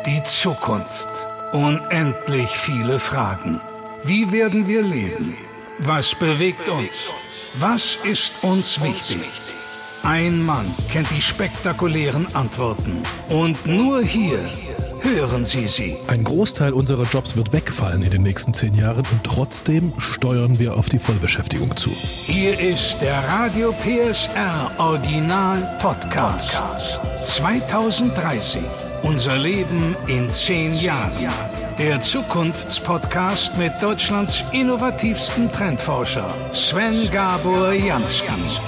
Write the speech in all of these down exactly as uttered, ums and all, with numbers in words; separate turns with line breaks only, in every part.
Die Zukunft. Unendlich viele Fragen. Wie werden wir leben? Was bewegt uns? Was ist uns wichtig? Ein Mann kennt die spektakulären Antworten. Und nur hier hören Sie sie.
Ein Großteil unserer Jobs wird wegfallen in den nächsten zehn Jahren und trotzdem steuern wir auf die Vollbeschäftigung zu.
Hier ist der Radio P S R Original Podcast. zwanzig dreißig. Unser Leben in zehn Jahren. Der Zukunftspodcast mit Deutschlands innovativsten Trendforscher Sven Gabor Jansky.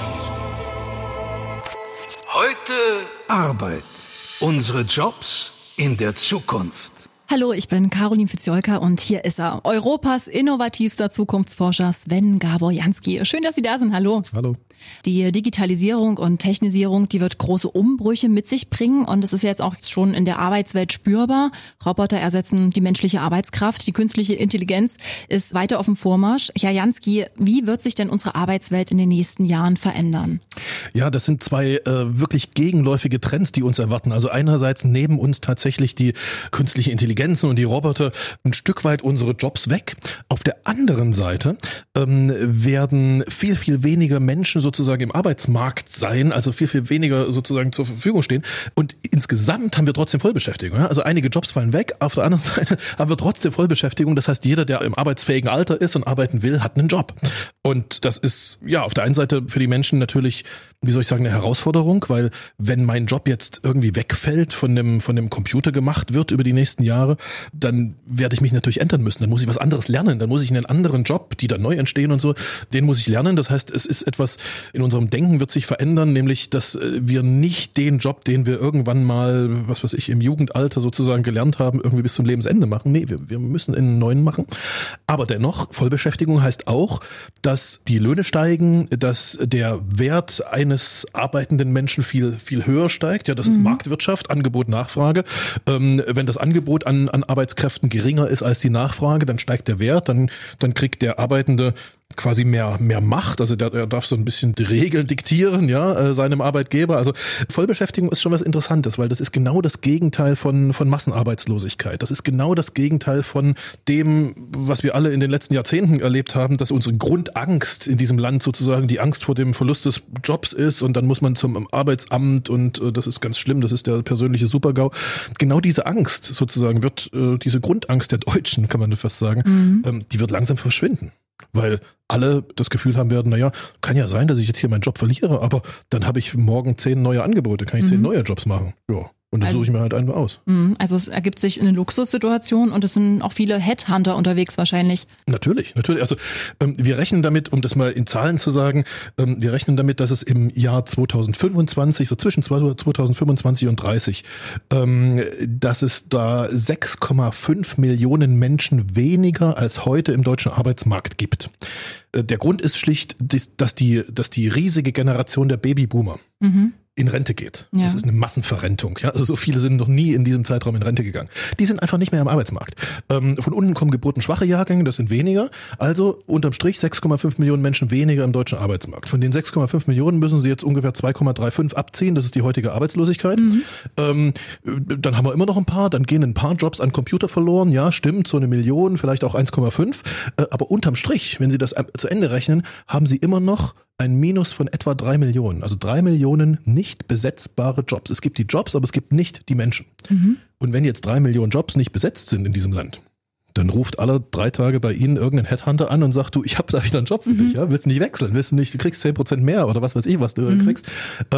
Heute Arbeit. Unsere Jobs in der Zukunft.
Hallo, ich bin Caroline Fiziolka und hier ist er, Europas innovativster Zukunftsforscher Sven Gabor Jansky. Schön, dass Sie da sind. Hallo.
Hallo.
Die Digitalisierung und Technisierung, die wird große Umbrüche mit sich bringen und es ist jetzt auch schon in der Arbeitswelt spürbar. Roboter ersetzen die menschliche Arbeitskraft, die künstliche Intelligenz ist weiter auf dem Vormarsch. Herr Jansky, wie wird sich denn unsere Arbeitswelt in den nächsten Jahren verändern?
Ja, das sind zwei äh, wirklich gegenläufige Trends, die uns erwarten. Also einerseits nehmen uns tatsächlich die künstliche Intelligenzen und die Roboter ein Stück weit unsere Jobs weg. Auf der anderen Seite ähm, werden viel, viel weniger Menschen sozusagen im Arbeitsmarkt sein, also viel, viel weniger sozusagen zur Verfügung stehen. Und insgesamt haben wir trotzdem Vollbeschäftigung. Also einige Jobs fallen weg, auf der anderen Seite haben wir trotzdem Vollbeschäftigung. Das heißt, jeder, der im arbeitsfähigen Alter ist und arbeiten will, hat einen Job. Und das ist ja auf der einen Seite für die Menschen natürlich, wie soll ich sagen, eine Herausforderung, weil wenn mein Job jetzt irgendwie wegfällt, von dem, von dem Computer gemacht wird über die nächsten Jahre, dann werde ich mich natürlich ändern müssen. Dann muss ich was anderes lernen. Dann muss ich einen anderen Job, die dann neu entstehen und so, den muss ich lernen. Das heißt, es ist etwas, in unserem Denken wird sich verändern, nämlich, dass wir nicht den Job, den wir irgendwann mal, was weiß ich, im Jugendalter sozusagen gelernt haben, irgendwie bis zum Lebensende machen. Nee, wir, wir müssen einen neuen machen. Aber dennoch, Vollbeschäftigung heißt auch, dass die Löhne steigen, dass der Wert eines arbeitenden Menschen viel, viel höher steigt. Ja, das ist mhm. Marktwirtschaft, Angebot, Nachfrage. Ähm, wenn das Angebot an, an Arbeitskräften geringer ist als die Nachfrage, dann steigt der Wert, dann, dann kriegt der Arbeitende quasi mehr mehr Macht, also der, der darf so ein bisschen die Regeln diktieren, ja, äh, seinem Arbeitgeber. Also Vollbeschäftigung ist schon was Interessantes, weil das ist genau das Gegenteil von von Massenarbeitslosigkeit. Das ist genau das Gegenteil von dem, was wir alle in den letzten Jahrzehnten erlebt haben, dass unsere Grundangst in diesem Land sozusagen die Angst vor dem Verlust des Jobs ist und dann muss man zum Arbeitsamt und äh, das ist ganz schlimm, das ist der persönliche Super-GAU. Genau diese Angst sozusagen wird, äh, diese Grundangst der Deutschen, kann man fast sagen, mhm. ähm, die wird langsam verschwinden. Weil alle das Gefühl haben werden, naja, kann ja sein, dass ich jetzt hier meinen Job verliere, aber dann habe ich morgen zehn neue Angebote, kann ich mhm. zehn neue Jobs machen. Ja. Und dann also, suche ich mir halt einen aus.
Also es ergibt sich eine Luxussituation und es sind auch viele Headhunter unterwegs wahrscheinlich.
Natürlich, natürlich. Also ähm, wir rechnen damit, um das mal in Zahlen zu sagen, ähm, wir rechnen damit, dass es im Jahr zweitausendfünfundzwanzig, so zwischen zweitausendfünfundzwanzig und dreißig, ähm, dass es da sechs Komma fünf Millionen Menschen weniger als heute im deutschen Arbeitsmarkt gibt. Äh, der Grund ist schlicht, dass die, dass die riesige Generation der Babyboomer mhm. in Rente geht. Ja. Das ist eine Massenverrentung. Ja? Also so viele sind noch nie in diesem Zeitraum in Rente gegangen. Die sind einfach nicht mehr am Arbeitsmarkt. Ähm, von unten kommen geburtenschwache Jahrgänge, das sind weniger. Also unterm Strich sechs Komma fünf Millionen Menschen weniger im deutschen Arbeitsmarkt. Von den sechs Komma fünf Millionen müssen sie jetzt ungefähr zwei Komma fünfunddreißig abziehen. Das ist die heutige Arbeitslosigkeit. Mhm. Ähm, dann haben wir immer noch ein paar. Dann gehen ein paar Jobs an Computer verloren. Ja, stimmt, so eine Million, vielleicht auch eins Komma fünf. Äh, aber unterm Strich, wenn Sie das zu Ende rechnen, haben Sie immer noch ein Minus von etwa drei Millionen. Also drei Millionen nicht besetzbare Jobs. Es gibt die Jobs, aber es gibt nicht die Menschen. Mhm. Und wenn jetzt drei Millionen Jobs nicht besetzt sind in diesem Land, dann ruft alle drei Tage bei Ihnen irgendein Headhunter an und sagt, du, ich habe da wieder einen Job für mhm. dich. Ja? Willst du nicht wechseln? Willst du nicht, du kriegst zehn Prozent mehr oder was weiß ich, was du mhm. kriegst.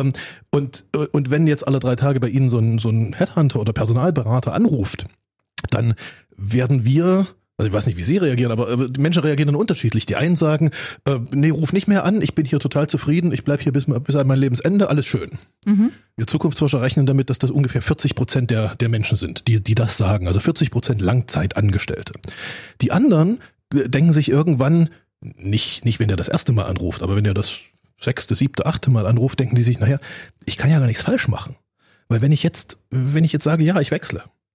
Und, und wenn jetzt alle drei Tage bei Ihnen so ein, so ein Headhunter oder Personalberater anruft, dann werden wir... Also ich weiß nicht, wie Sie reagieren, aber die Menschen reagieren dann unterschiedlich. Die einen sagen, äh, nee, ruf nicht mehr an, ich bin hier total zufrieden, ich bleib hier bis, bis an mein Lebensende, alles schön. Mhm. Wir Zukunftsforscher rechnen damit, dass das ungefähr vierzig Prozent der, der Menschen sind, die, die das sagen. Also vierzig Prozent Langzeitangestellte. Die anderen denken sich irgendwann, nicht, nicht wenn der das erste Mal anruft, aber wenn der das sechste, siebte, achte Mal anruft, denken die sich, naja, ich kann ja gar nichts falsch machen. Weil wenn ich jetzt, wenn ich jetzt sage, ja, ich wechsle,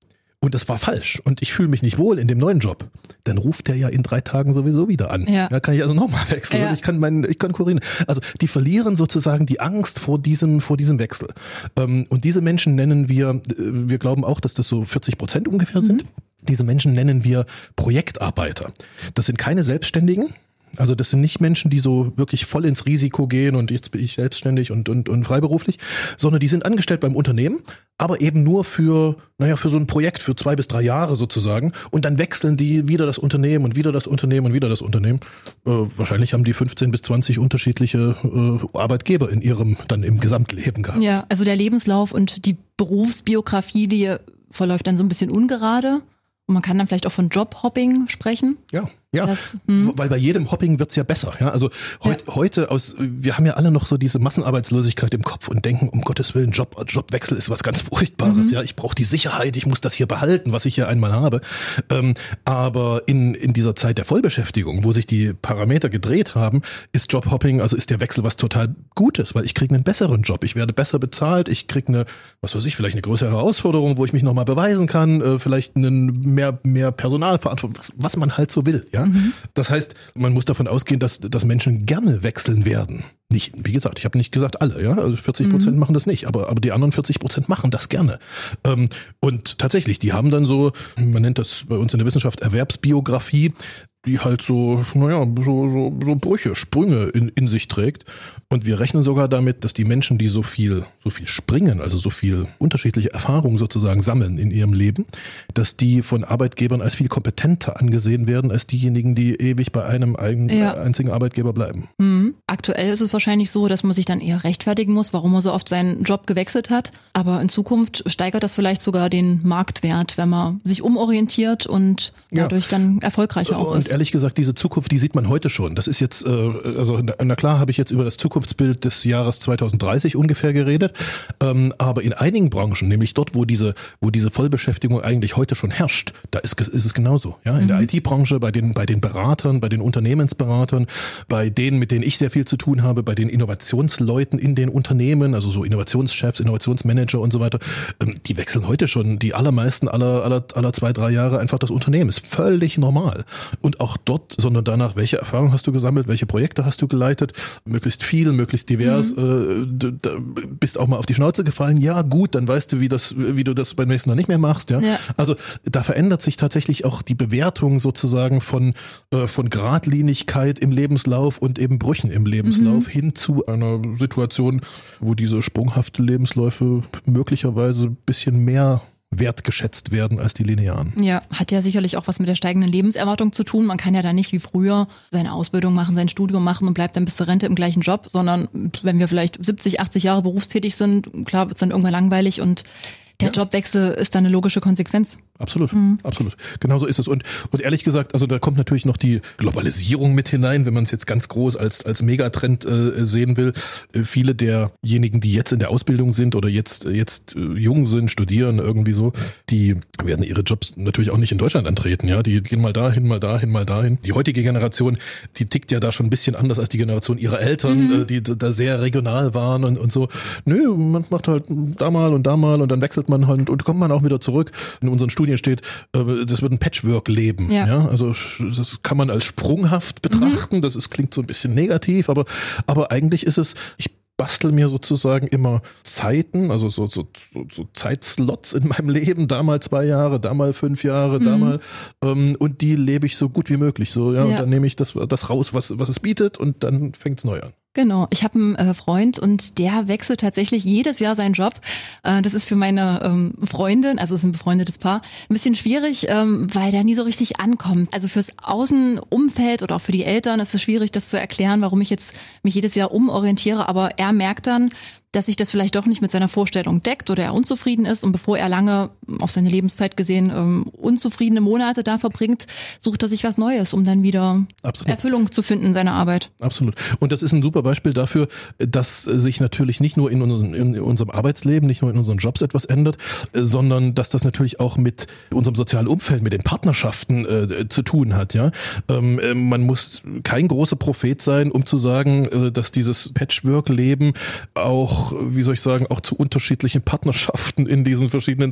und das war falsch und ich fühle mich nicht wohl in dem neuen Job, dann ruft der ja in drei Tagen sowieso wieder an.
Ja.
Da kann ich also nochmal wechseln
Ja.
und ich kann meinen, ich kann kurieren. Also die verlieren sozusagen die Angst vor diesem, vor diesem Wechsel. Und diese Menschen nennen wir, wir glauben auch, dass das so vierzig Prozent ungefähr sind. Mhm. Diese Menschen nennen wir Projektarbeiter. Das sind keine Selbstständigen. Also das sind nicht Menschen, die so wirklich voll ins Risiko gehen und jetzt bin ich selbstständig und, und, und freiberuflich, sondern die sind angestellt beim Unternehmen, aber eben nur für, naja, für so ein Projekt, für zwei bis drei Jahre sozusagen. Und dann wechseln die wieder das Unternehmen und wieder das Unternehmen und wieder das Unternehmen. Äh, wahrscheinlich haben die fünfzehn bis zwanzig unterschiedliche äh, Arbeitgeber in ihrem, dann im Gesamtleben gehabt.
Ja, also der Lebenslauf und die Berufsbiografie, die verläuft dann so ein bisschen ungerade. Und man kann dann vielleicht auch von Jobhopping sprechen.
Ja, ja,
das, hm.
weil bei jedem Hopping wird's ja besser. Ja, also heut, ja. heute aus, wir haben ja alle noch so diese Massenarbeitslosigkeit im Kopf und denken, um Gottes Willen, Job, Jobwechsel ist was ganz Furchtbares. Mhm. Ja, ich brauche die Sicherheit, ich muss das hier behalten, was ich hier einmal habe. Ähm, aber in in dieser Zeit der Vollbeschäftigung, wo sich die Parameter gedreht haben, ist Jobhopping, also ist der Wechsel was total Gutes, weil ich kriege einen besseren Job, ich werde besser bezahlt, ich kriege eine, was weiß ich, vielleicht eine größere Herausforderung, wo ich mich nochmal beweisen kann, äh, vielleicht einen mehr mehr Personalverantwortung, was, was man halt so will. Ja, mhm. Das heißt, man muss davon ausgehen, dass, dass Menschen gerne wechseln werden. Nicht, wie gesagt, ich habe nicht gesagt alle, ja, also vierzig Prozent mhm. machen das nicht, aber, aber die anderen vierzig Prozent machen das gerne. Ähm, und tatsächlich, die haben dann so, man nennt das bei uns in der Wissenschaft Erwerbsbiografie, die halt so, naja, so, so, so Brüche, Sprünge in, in sich trägt. Und wir rechnen sogar damit, dass die Menschen, die so viel, so viel springen, also so viel unterschiedliche Erfahrungen sozusagen sammeln in ihrem Leben, dass die von Arbeitgebern als viel kompetenter angesehen werden, als diejenigen, die ewig bei einem ein, ja. einzigen Arbeitgeber bleiben.
Mhm. Aktuell ist es wahrscheinlich so, dass man sich dann eher rechtfertigen muss, warum man so oft seinen Job gewechselt hat. Aber in Zukunft steigert das vielleicht sogar den Marktwert, wenn man sich umorientiert und dadurch ja. dann erfolgreicher auch
und
ist.
Ehrlich gesagt, diese Zukunft, die sieht man heute schon. Das ist jetzt, äh, also na klar habe ich jetzt über das Zukunftsbild des Jahres zweitausenddreißig ungefähr geredet, ähm, aber in einigen Branchen, nämlich dort, wo diese, wo diese Vollbeschäftigung eigentlich heute schon herrscht, da ist, ist es genauso. Ja, in mhm. der I T-Branche, bei den, bei den Beratern, bei den Unternehmensberatern, bei denen, mit denen ich sehr viel zu tun habe, bei den Innovationsleuten in den Unternehmen, also so Innovationschefs, Innovationsmanager und so weiter, ähm, die wechseln heute schon die allermeisten aller, aller, aller zwei, drei Jahre einfach das Unternehmen. Ist völlig normal. Und auch dort, sondern danach, welche Erfahrungen hast du gesammelt, welche Projekte hast du geleitet, möglichst viel, möglichst divers, mhm. äh, da bist auch mal auf die Schnauze gefallen, ja gut, dann weißt du, wie das, wie du das beim nächsten Mal nicht mehr machst, ja. ja. Also da verändert sich tatsächlich auch die Bewertung sozusagen von äh, von Geradlinigkeit im Lebenslauf und eben Brüchen im Lebenslauf mhm. hin zu einer Situation, wo diese sprunghafte Lebensläufe möglicherweise ein bisschen mehr wertgeschätzt werden als die linearen.
Ja, hat ja sicherlich auch was mit der steigenden Lebenserwartung zu tun. Man kann ja da nicht wie früher seine Ausbildung machen, sein Studium machen und bleibt dann bis zur Rente im gleichen Job, sondern wenn wir vielleicht siebzig, achtzig Jahre berufstätig sind, klar wird es dann irgendwann langweilig und der ja. Jobwechsel ist dann eine logische Konsequenz.
Absolut, mhm. absolut. Genau so ist es. Und, und ehrlich gesagt, also da kommt natürlich noch die Globalisierung mit hinein, wenn man es jetzt ganz groß als, als Megatrend äh, sehen will. Äh, viele derjenigen, die jetzt in der Ausbildung sind oder jetzt, jetzt äh, jung sind, studieren irgendwie so, die werden ihre Jobs natürlich auch nicht in Deutschland antreten. Ja, die gehen mal dahin, mal dahin, mal dahin. Die heutige Generation, die tickt ja da schon ein bisschen anders als die Generation ihrer Eltern, mhm. äh, die da sehr regional waren und, und so. Nö, man macht halt da mal und da mal und dann wechselt man halt und kommt man auch wieder zurück. In unseren Studien steht, das wird ein Patchwork-Leben. Ja. Ja, also das kann man als sprunghaft betrachten. Mhm. Das ist, klingt so ein bisschen negativ, aber, aber eigentlich ist es, ich bastel mir sozusagen immer Zeiten, also so, so, so, so Zeitslots in meinem Leben, da mal zwei Jahre, da mal fünf Jahre, mhm. da mal ähm, und die lebe ich so gut wie möglich. So, ja, ja. Und dann nehme ich das, das raus, was, was es bietet und dann fängt es neu an.
Genau, ich habe einen äh, Freund und der wechselt tatsächlich jedes Jahr seinen Job. Äh, das ist für meine ähm, Freundin, also es ist ein befreundetes Paar, ein bisschen schwierig, ähm, weil der nie so richtig ankommt. Also fürs Außenumfeld oder auch für die Eltern ist es schwierig, das zu erklären, warum ich jetzt mich jedes Jahr umorientiere. Aber er merkt dann, dass sich das vielleicht doch nicht mit seiner Vorstellung deckt oder er unzufrieden ist und bevor er lange auf seine Lebenszeit gesehen ähm, unzufriedene Monate da verbringt, sucht er sich was Neues, um dann wieder Absolut. Erfüllung zu finden in seiner Arbeit.
Absolut. Und das ist ein super Beispiel dafür, dass sich natürlich nicht nur in, unseren, in unserem Arbeitsleben, nicht nur in unseren Jobs etwas ändert, sondern dass das natürlich auch mit unserem sozialen Umfeld, mit den Partnerschaften äh, zu tun hat. Ja, ähm, man muss kein großer Prophet sein, um zu sagen, äh, dass dieses Patchwork-Leben auch wie soll ich sagen, auch zu unterschiedlichen Partnerschaften in diesen verschiedenen Zeiträumen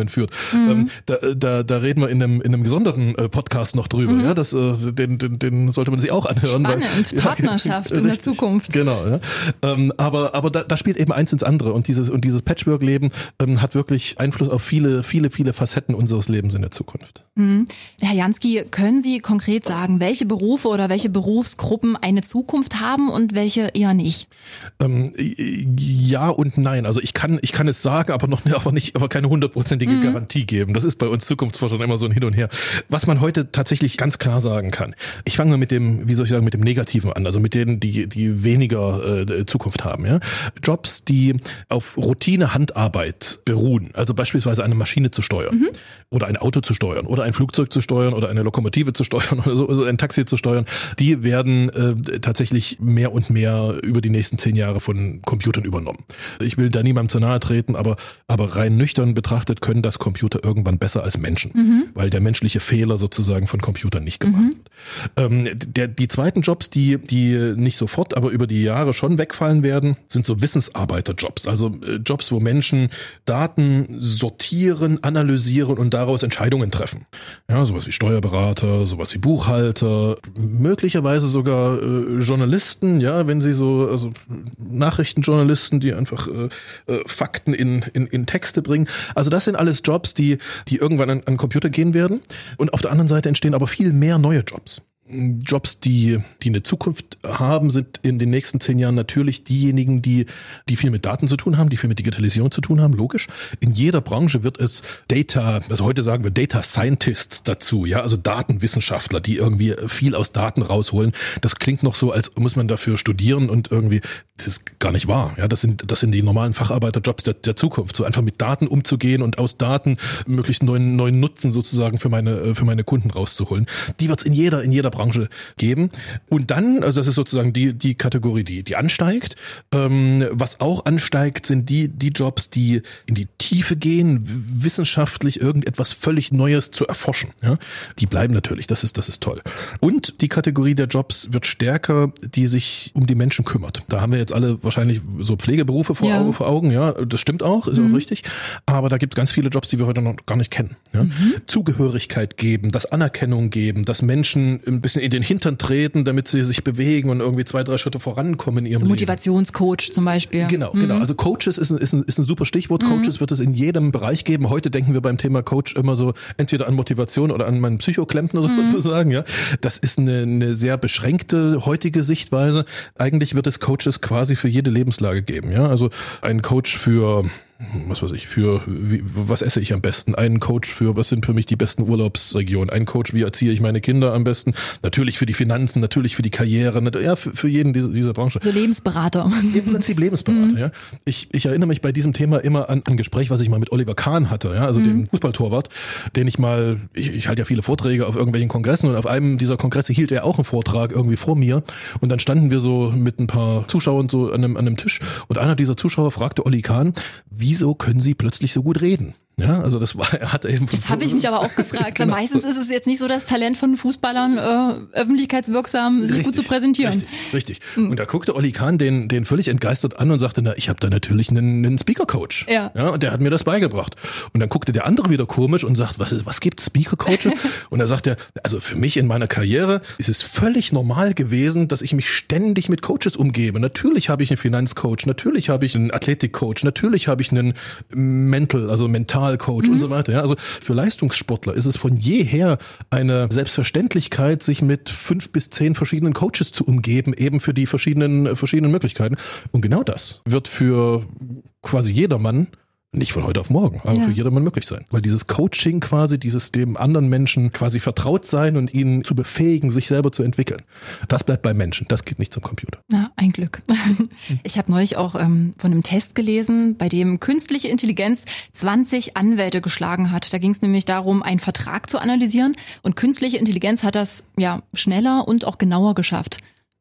Entscheidungen führt. Mhm. Ähm, da, da, da reden wir in einem, in einem gesonderten äh, Podcast noch drüber. Mhm. Ja, das, äh, den, den, den sollte man sich auch anhören.
Spannend,
weil,
Partnerschaft
ja,
in
richtig,
der Zukunft.
Genau, ja. Ähm, aber aber da, da spielt eben eins ins andere und dieses und dieses Patchwork-Leben ähm, hat wirklich Einfluss auf viele, viele, viele Facetten unseres Lebens in der Zukunft.
Mhm. Herr Jansky, können Sie konkret sagen, welche Berufe oder welche Berufsgruppen eine Zukunft haben und welche eher nicht?
Ähm, ja und nein. Also ich kann ich kann es sagen, aber noch aber nicht, aber keine hundertprozentige mhm. Garantie geben. Das ist bei uns Zukunftsforschern immer so ein Hin und Her. Was man heute tatsächlich ganz klar sagen kann. Ich fange mal mit dem, wie soll ich sagen, mit dem Negativen an. Also mit denen, die die weniger äh, Zukunft haben. Ja, Jobs, die auf Routine Handarbeit beruhen. Also beispielsweise eine Maschine zu steuern mhm. oder ein Auto zu steuern oder ein Flugzeug zu steuern oder eine Lokomotive zu steuern oder so, also ein Taxi zu steuern. Die werden äh, tatsächlich mehr und mehr über die nächsten zehn Jahre von Computern übernommen. Ich will da niemandem zu nahe treten, aber, aber rein nüchtern betrachtet können das Computer irgendwann besser als Menschen, mhm. weil der menschliche Fehler sozusagen von Computern nicht gemacht mhm. wird. Ähm, der, die zweiten Jobs, die, die nicht sofort, aber über die Jahre schon wegfallen werden, sind so Wissensarbeiterjobs. Also äh, Jobs, wo Menschen Daten sortieren, analysieren und daraus Entscheidungen treffen. Ja, sowas wie Steuerberater, sowas wie Buchhalter, möglicherweise sogar äh, Journalisten, ja, wenn sie so, also Nachrichtenjournalisten, die einfach äh, äh, Fakten in, in, in Texte bringen. Also das sind alles Jobs, die, die irgendwann an, an den Computer gehen werden. Und auf der anderen Seite entstehen aber viel mehr neue Jobs. Jobs, die, die eine Zukunft haben, sind in den nächsten zehn Jahren natürlich diejenigen, die, die viel mit Daten zu tun haben, die viel mit Digitalisierung zu tun haben, logisch. In jeder Branche wird es Data, also heute sagen wir Data Scientists dazu, ja, also Datenwissenschaftler, die irgendwie viel aus Daten rausholen. Das klingt noch so, als muss man dafür studieren und irgendwie, das ist gar nicht wahr. Ja, das sind, das sind die normalen Facharbeiterjobs der, der Zukunft, so einfach mit Daten umzugehen und aus Daten möglichst neuen, neuen Nutzen sozusagen für meine, für meine Kunden rauszuholen. Die wird es in jeder, in jeder Branche geben. Und dann, also das ist sozusagen die, die Kategorie, die, die ansteigt. Ähm, was auch ansteigt, sind die, die Jobs, die in die Tiefe gehen, wissenschaftlich irgendetwas völlig Neues zu erforschen. Ja? Die bleiben natürlich, das ist, das ist toll. Und die Kategorie der Jobs wird stärker, die sich um die Menschen kümmert. Da haben wir jetzt alle wahrscheinlich so Pflegeberufe vor, ja. Augen, vor Augen, ja, das stimmt auch, ist mhm. auch richtig. Aber da gibt es ganz viele Jobs, die wir heute noch gar nicht kennen. Ja? Mhm. Zugehörigkeit geben, das Anerkennung geben, dass Menschen ein bisschen in den Hintern treten, damit sie sich bewegen und irgendwie zwei, drei Schritte vorankommen in ihrem
so
Leben.
Motivationscoach zum Beispiel.
Genau,
mhm.
genau. Also Coaches ist ein, ist ein, ist ein super Stichwort. Mhm. Coaches wird es in jedem Bereich geben. Heute denken wir beim Thema Coach immer so entweder an Motivation oder an meinen Psychoklempner mhm. sozusagen. Ja, das ist eine, eine sehr beschränkte heutige Sichtweise. Eigentlich wird es Coaches quasi für jede Lebenslage geben. Ja, also ein Coach für was weiß ich, für wie, was esse ich am besten, einen Coach für, was sind für mich die besten Urlaubsregionen, einen Coach, wie erziehe ich meine Kinder am besten, natürlich für die Finanzen, natürlich für die Karriere, ja, für, für jeden dieser, dieser Branche.
So Lebensberater. Im
Prinzip Lebensberater, mhm. ja. Ich, ich erinnere mich bei diesem Thema immer an ein Gespräch, was ich mal mit Oliver Kahn hatte, ja, also mhm. dem Fußballtorwart, den ich mal, ich, ich halte ja viele Vorträge auf irgendwelchen Kongressen und auf einem dieser Kongresse hielt er auch einen Vortrag irgendwie vor mir und dann standen wir so mit ein paar Zuschauern so an einem, an einem Tisch und einer dieser Zuschauer fragte Olli Kahn, wieso können Sie plötzlich so gut reden? Ja, also das war, er hat eben.
Das habe ich mich aber auch gefragt. Genau. Meistens ist es jetzt nicht so das Talent von Fußballern, äh, öffentlichkeitswirksam sich richtig, gut zu präsentieren.
Richtig, richtig. Mhm. Und da guckte Olli Kahn den, den völlig entgeistert an und sagte, na, ich habe da natürlich einen, einen Speaker-Coach. Ja. Ja. Und der hat mir das beigebracht. Und dann guckte der andere wieder komisch und sagt, was, was gibt Speaker-Coaches? Und da sagt er, also für mich in meiner Karriere ist es völlig normal gewesen, dass ich mich ständig mit Coaches umgebe. Natürlich habe ich einen Finanzcoach, natürlich habe ich einen Athletikcoach, natürlich habe ich einen Mental, also mental Coach mhm. und so weiter. Ja, also für Leistungssportler ist es von jeher eine Selbstverständlichkeit, sich mit fünf bis zehn verschiedenen Coaches zu umgeben, eben für die verschiedenen, verschiedenen Möglichkeiten. Und genau das wird für quasi jedermann nicht von heute auf morgen, aber ja. für jedermann möglich sein. Weil dieses Coaching quasi, dieses dem anderen Menschen quasi vertraut sein und ihn zu befähigen, sich selber zu entwickeln, das bleibt beim Menschen, das geht nicht zum Computer.
Na, ein Glück. Ich habe neulich auch ähm, von einem Test gelesen, bei dem künstliche Intelligenz zwanzig Anwälte geschlagen hat. Da ging es nämlich darum, einen Vertrag zu analysieren und künstliche Intelligenz hat das ja schneller und auch genauer geschafft.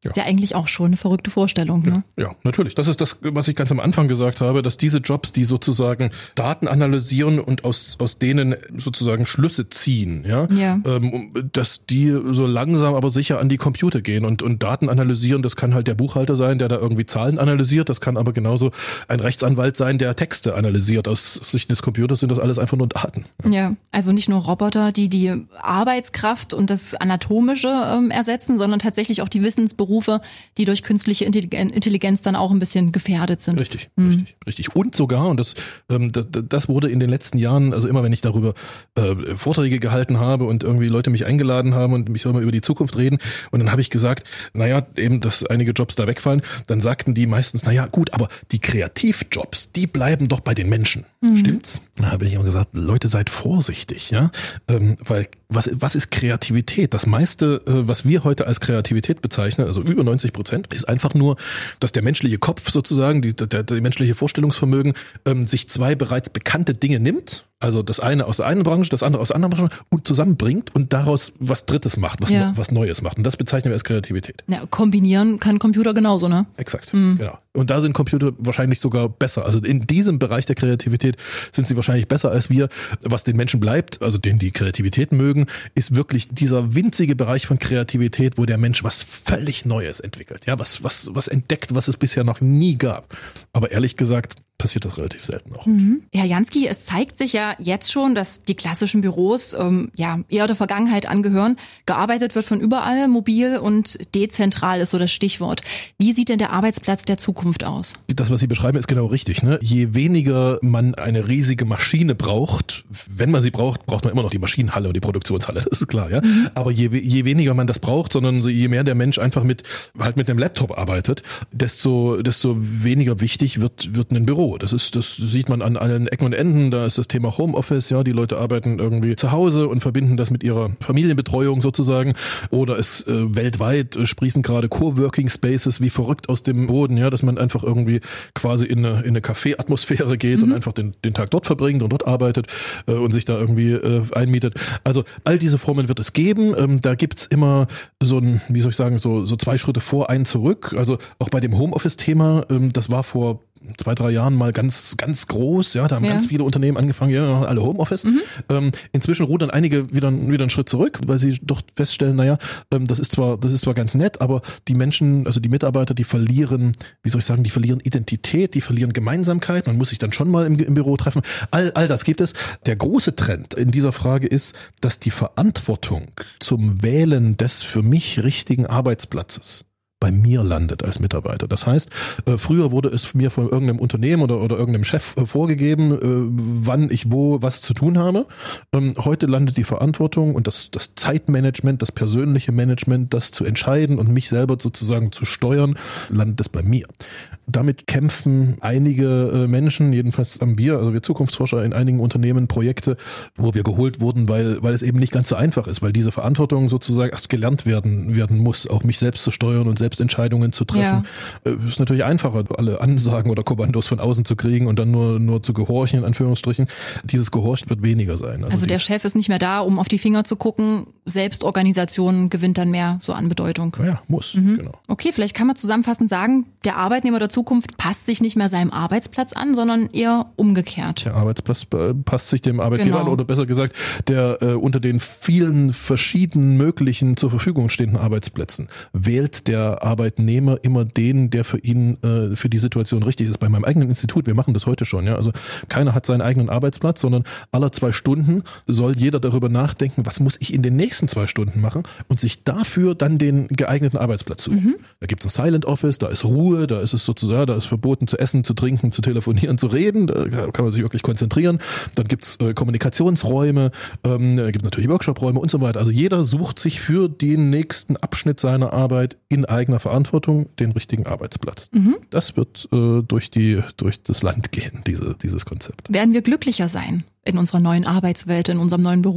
Ja. Ist ja eigentlich auch schon eine verrückte Vorstellung. Ne?
Ja, ja, natürlich. Das ist das, was ich ganz am Anfang gesagt habe, dass diese Jobs, die sozusagen Daten analysieren und aus aus denen sozusagen Schlüsse ziehen, ja,
ja.
Ähm, dass die so langsam aber sicher an die Computer gehen und und Daten analysieren. Das kann halt der Buchhalter sein, der da irgendwie Zahlen analysiert. Das kann aber genauso ein Rechtsanwalt sein, der Texte analysiert. Aus Sicht des Computers sind das alles einfach nur Daten.
Ja, ja, also nicht nur Roboter, die die Arbeitskraft und das Anatomische ähm, ersetzen, sondern tatsächlich auch die Wissensberufe, die durch künstliche Intelligenz dann auch ein bisschen gefährdet sind.
Richtig, mhm. richtig, richtig. Und sogar, und das, ähm, das, das wurde in den letzten Jahren, also immer wenn ich darüber äh, Vorträge gehalten habe und irgendwie Leute mich eingeladen haben und mich soll mal über die Zukunft reden, und dann habe ich gesagt, naja, eben, dass einige Jobs da wegfallen, dann sagten die meistens, naja, gut, aber die Kreativjobs, die bleiben doch bei den Menschen. Mhm. Stimmt's? Da habe ich immer gesagt, Leute, seid vorsichtig, ja, ähm, weil was, was ist Kreativität? Das meiste, äh, was wir heute als Kreativität bezeichnen, also über neunzig Prozent, ist einfach nur, dass der menschliche Kopf sozusagen, die, der, der menschliche Vorstellungsvermögen, ähm, sich zwei bereits bekannte Dinge nimmt, also das eine aus der einen Branche, das andere aus der anderen Branche, und zusammenbringt und daraus was Drittes macht, was,
ja.
was Neues macht. Und das bezeichnen wir als Kreativität.
Ja, kombinieren kann Computer genauso, ne?
Exakt, mhm. genau. Und da sind Computer wahrscheinlich sogar besser. Also in diesem Bereich der Kreativität sind sie wahrscheinlich besser als wir. Was den Menschen bleibt, also denen die Kreativität mögen, ist wirklich dieser winzige Bereich von Kreativität, wo der Mensch was völlig Neues entwickelt. Ja, was, was, was entdeckt, was es bisher noch nie gab. Aber ehrlich gesagt, passiert das relativ selten noch.
Mhm. Herr Jansky, es zeigt sich ja jetzt schon, dass die klassischen Büros ähm, ja eher der Vergangenheit angehören. Gearbeitet wird von überall, mobil und dezentral ist so das Stichwort. Wie sieht denn der Arbeitsplatz der Zukunft aus?
Das, was Sie beschreiben, ist genau richtig. Ne? Je weniger man eine riesige Maschine braucht, wenn man sie braucht, braucht man immer noch die Maschinenhalle und die Produktionshalle, das ist klar. Ja. Mhm. Aber je, je weniger man das braucht, sondern je mehr der Mensch einfach mit halt mit einem Laptop arbeitet, desto desto weniger wichtig wird wird ein Büro. Das ist, das sieht man an allen Ecken und Enden. Da ist das Thema Homeoffice, ja, die Leute arbeiten irgendwie zu Hause und verbinden das mit ihrer Familienbetreuung sozusagen. Oder es äh, weltweit äh, sprießen gerade Coworking Spaces wie verrückt aus dem Boden, ja, dass man einfach irgendwie quasi in eine, in eine Café-Atmosphäre geht mhm. und einfach den, den Tag dort verbringt und dort arbeitet äh, und sich da irgendwie äh, einmietet. Also all diese Formen wird es geben. Ähm, da gibt's immer so ein, wie soll ich sagen, so, so zwei Schritte vor, einen zurück. Also auch bei dem Homeoffice-Thema, ähm, das war vor zwei, drei Jahren mal ganz, ganz groß, ja, da haben ja. ganz viele Unternehmen angefangen, ja, alle Homeoffice. Mhm. Ähm, inzwischen rudern einige wieder, wieder einen Schritt zurück, weil sie doch feststellen, naja, ähm, das ist zwar, das ist zwar ganz nett, aber die Menschen, also die Mitarbeiter, die verlieren, wie soll ich sagen, die verlieren Identität, die verlieren Gemeinsamkeit, man muss sich dann schon mal im, im Büro treffen. All, all das gibt es. Der große Trend in dieser Frage ist, dass die Verantwortung zum Wählen des für mich richtigen Arbeitsplatzes bei mir landet als Mitarbeiter. Das heißt, äh, früher wurde es mir von irgendeinem Unternehmen oder, oder irgendeinem Chef äh, vorgegeben, äh, wann ich wo was zu tun habe. Ähm, heute landet die Verantwortung und das, das Zeitmanagement, das persönliche Management, das zu entscheiden und mich selber sozusagen zu steuern, landet es bei mir. Damit kämpfen einige äh, Menschen, jedenfalls haben wir, also wir Zukunftsforscher in einigen Unternehmen Projekte, wo wir geholt wurden, weil, weil es eben nicht ganz so einfach ist, weil diese Verantwortung sozusagen erst gelernt werden, werden muss, auch mich selbst zu steuern und selbst Entscheidungen zu treffen. Ja. Äh, ist natürlich einfacher, alle Ansagen oder Kommandos von außen zu kriegen und dann nur, nur zu gehorchen, in Anführungsstrichen. Dieses Gehorchen wird weniger sein.
Also, also der Chef ist nicht mehr da, um auf die Finger zu gucken. Selbstorganisation gewinnt dann mehr so an Bedeutung.
Ja, muss, mhm. genau.
Okay, vielleicht kann man zusammenfassend sagen, der Arbeitnehmer der Zukunft passt sich nicht mehr seinem Arbeitsplatz an, sondern eher umgekehrt.
Der Arbeitsplatz passt sich dem Arbeitgeber genau. an oder besser gesagt, der äh, unter den vielen verschiedenen möglichen zur Verfügung stehenden Arbeitsplätzen wählt der Arbeitnehmer immer den, der für ihn, äh, für die Situation richtig ist. Bei meinem eigenen Institut, wir machen das heute schon, ja, also keiner hat seinen eigenen Arbeitsplatz, sondern alle zwei Stunden soll jeder darüber nachdenken, was muss ich in den nächsten zwei Stunden machen und sich dafür dann den geeigneten Arbeitsplatz suchen. Mhm. Da gibt es ein Silent Office, da ist Ruhe, da ist es sozusagen, da ist verboten zu essen, zu trinken, zu telefonieren, zu reden, da kann man sich wirklich konzentrieren. Dann gibt es äh, Kommunikationsräume, ähm, da gibt es natürlich Workshopräume und so weiter. Also jeder sucht sich für den nächsten Abschnitt seiner Arbeit in eigener Verantwortung den richtigen Arbeitsplatz. Mhm. Das wird äh, durch die durch das Land gehen, diese, dieses Konzept.
Werden wir glücklicher sein in unserer neuen Arbeitswelt, in unserem neuen Beruf?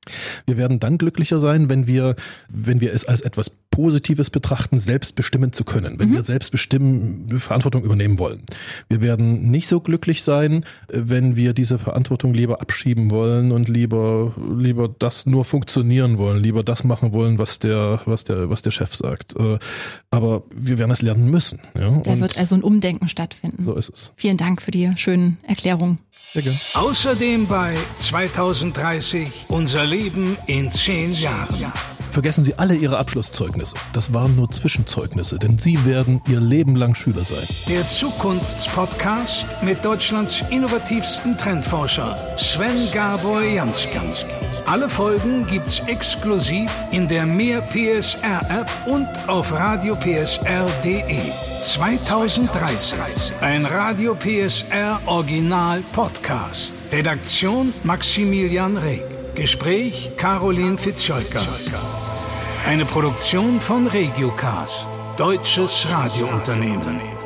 Wir werden dann glücklicher sein, wenn wir, wenn wir es als etwas Positives betrachten, selbst bestimmen zu können, wenn mhm. wir selbst bestimmen, Verantwortung übernehmen wollen. Wir werden nicht so glücklich sein, wenn wir diese Verantwortung lieber abschieben wollen und lieber, lieber das nur funktionieren wollen, lieber das machen wollen, was der, was der, was der Chef sagt. Aber wir werden es lernen müssen. Ja?
Da wird also ein Umdenken stattfinden.
So ist es.
Vielen Dank für die schönen Erklärungen.
Sehr gerne.
Außerdem bei zweitausenddreißig unser Leben in zehn Jahren.
Vergessen Sie alle Ihre Abschlusszeugnisse. Das waren nur Zwischenzeugnisse, denn Sie werden Ihr Leben lang Schüler sein.
Der Zukunftspodcast mit Deutschlands innovativsten Trendforscher Sven Gabor Jansky. Alle Folgen gibt's exklusiv in der Mehr P S R App und auf radio p s r punkt d e. zweitausenddreißig. Ein Radio P S R Original Podcast. Redaktion Maximilian Reg. Gespräch Caroline Fitzscholker. Eine Produktion von Regiocast, deutsches Radiounternehmen.